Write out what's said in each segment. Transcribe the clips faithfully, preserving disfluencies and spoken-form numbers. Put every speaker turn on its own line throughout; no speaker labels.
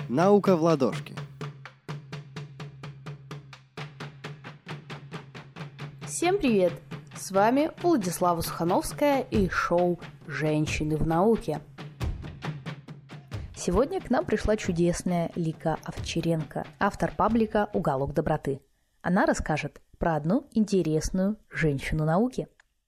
Наука в ладошке.
Всем привет! С вами Владислава Сухановская и шоу «Женщины в науке». Сегодня к нам пришла чудесная Лика Овчаренко, автор паблика «Уголок доброты». Она расскажет про одну интересную женщину науки.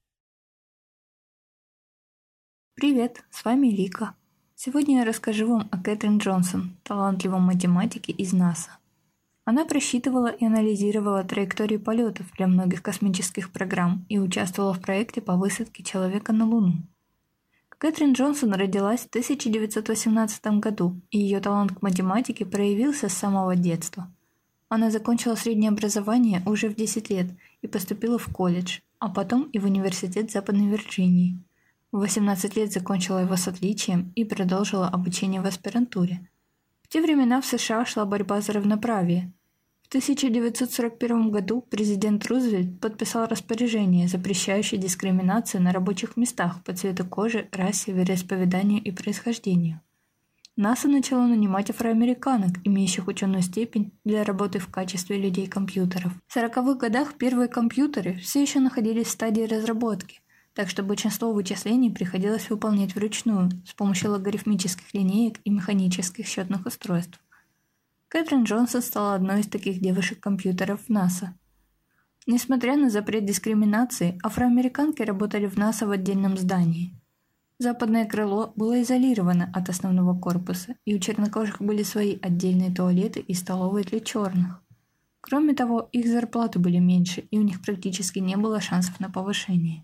Привет, с вами Лика. Сегодня я расскажу вам о Кэтрин Джонсон, талантливом математике из НАСА. Она просчитывала и анализировала траектории полетов для многих космических программ и участвовала в проекте по высадке человека на Луну. Кэтрин Джонсон родилась в тысяча девятьсот восемнадцатом году, и ее талант к математике проявился с самого детства. Она закончила среднее образование уже в десять лет и поступила в колледж, а потом и в университет Западной Вирджинии. В восемнадцать лет закончила его с отличием и продолжила обучение в аспирантуре. В те времена в США шла борьба за равноправие. В тысяча девятьсот сорок первом году президент Рузвельт подписал распоряжение, запрещающее дискриминацию на рабочих местах по цвету кожи, расе, вероисповеданию и происхождению. НАСА начало нанимать афроамериканок, имеющих ученую степень, для работы в качестве людей-компьютеров. В сороковых годах первые компьютеры все еще находились в стадии разработки, так что большинство вычислений приходилось выполнять вручную с помощью логарифмических линеек и механических счетных устройств. Кэтрин Джонсон стала одной из таких девушек-компьютеров в НАСА. Несмотря на запрет дискриминации, афроамериканки работали в НАСА в отдельном здании. Западное крыло было изолировано от основного корпуса, и у чернокожих были свои отдельные туалеты и столовые для черных. Кроме того, их зарплаты были меньше, и у них практически не было шансов на повышение.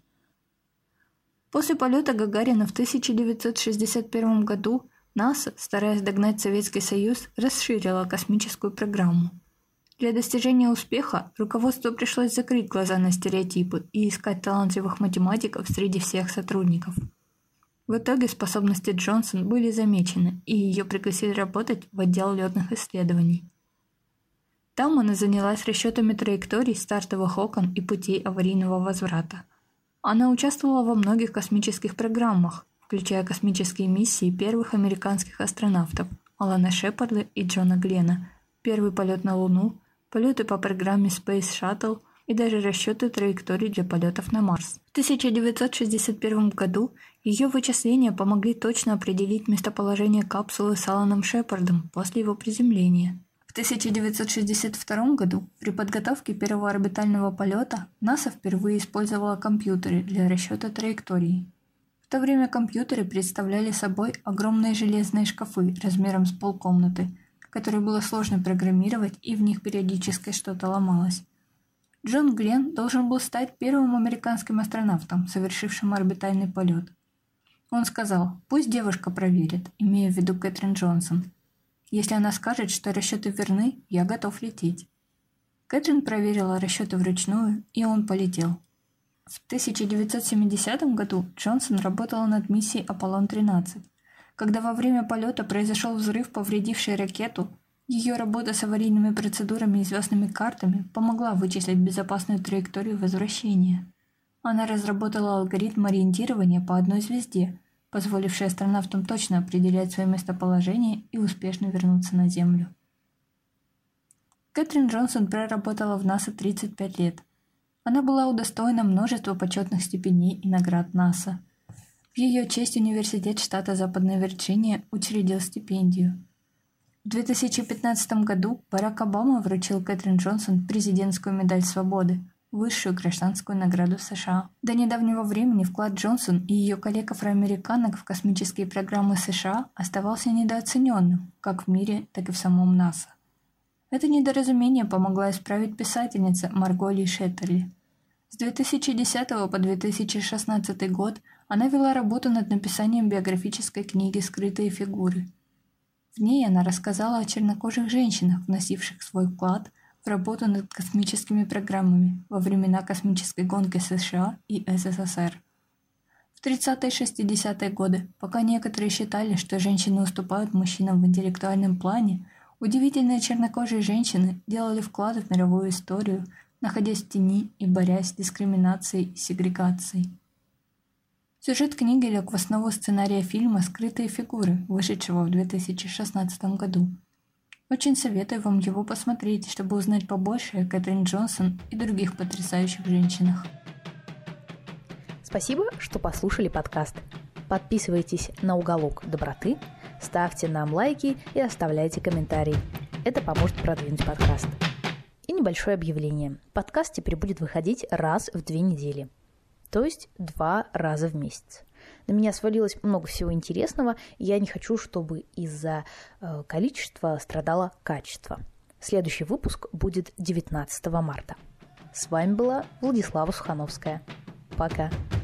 После полета Гагарина в тысяча девятьсот шестьдесят первом году НАСА, стараясь догнать Советский Союз, расширила космическую программу. Для достижения успеха руководству пришлось закрыть глаза на стереотипы и искать талантливых математиков среди всех сотрудников. В итоге способности Джонсон были замечены, и ее пригласили работать в отдел летных исследований. Там она занялась расчетами траекторий стартовых окон и путей аварийного возврата. Она участвовала во многих космических программах, включая космические миссии первых американских астронавтов Алана Шепарда и Джона Гленна, первый полет на Луну, полеты по программе Space Shuttle и даже расчеты траекторий для полетов на Марс. В тысяча девятьсот шестьдесят первом году ее вычисления помогли точно определить местоположение капсулы с Аланом Шепардом после его приземления. В тысяча девятьсот шестьдесят втором году при подготовке первого орбитального полета НАСА впервые использовала компьютеры для расчета траекторий. В то время компьютеры представляли собой огромные железные шкафы размером с полкомнаты, которые было сложно программировать, и в них периодически что-то ломалось. Джон Гленн должен был стать первым американским астронавтом, совершившим орбитальный полет. Он сказал: «Пусть девушка проверит», имея в виду Кэтрин Джонсон. «Если она скажет, что расчеты верны, я готов лететь». Кэтрин проверила расчеты вручную, и он полетел. В тысяча девятьсот семидесятом году Джонсон работала над миссией Аполлон тринадцать. Когда во время полета произошел взрыв, повредивший ракету, ее работа с аварийными процедурами и звездными картами помогла вычислить безопасную траекторию возвращения. Она разработала алгоритм ориентирования по одной звезде, позволивший астронавтам точно определять свое местоположение и успешно вернуться на Землю. Кэтрин Джонсон проработала в НАСА тридцать пять лет. Она была удостоена множества почетных степеней и наград НАСА. В ее честь университет штата Западная Вирджиния учредил стипендию. В две тысячи пятнадцатом году Барак Обама вручил Кэтрин Джонсон президентскую медаль свободы, высшую гражданскую награду США. До недавнего времени вклад Джонсон и ее коллег-афроамериканок в космические программы США оставался недооцененным, как в мире, так и в самом НАСА. Это недоразумение помогла исправить писательница Марго Ли Шеттерли. С две тысячи десятого по две тысячи шестнадцатый год она вела работу над написанием биографической книги «Скрытые фигуры». В ней она рассказала о чернокожих женщинах, вносивших свой вклад в работу над космическими программами во времена космической гонки США и СССР. В тридцатые и шестидесятые годы, пока некоторые считали, что женщины уступают мужчинам в интеллектуальном плане, удивительные чернокожие женщины делали вклад в мировую историю, находясь в тени и борясь с дискриминацией и сегрегацией. Сюжет книги лег в основу сценария фильма «Скрытые фигуры», вышедшего в две тысячи шестнадцатом году. Очень советую вам его посмотреть, чтобы узнать побольше о Кэтрин Джонсон и других потрясающих женщинах.
Спасибо, что послушали подкаст. Подписывайтесь на «Уголок доброты», ставьте нам лайки и оставляйте комментарии. Это поможет продвинуть подкаст. И небольшое объявление. Подкаст теперь будет выходить раз в две недели. То есть два раза в месяц. На меня свалилось много всего интересного, и я не хочу, чтобы из-за э, количества страдало качество. Следующий выпуск будет девятнадцатого марта. С вами была Владислава Сухановская. Пока.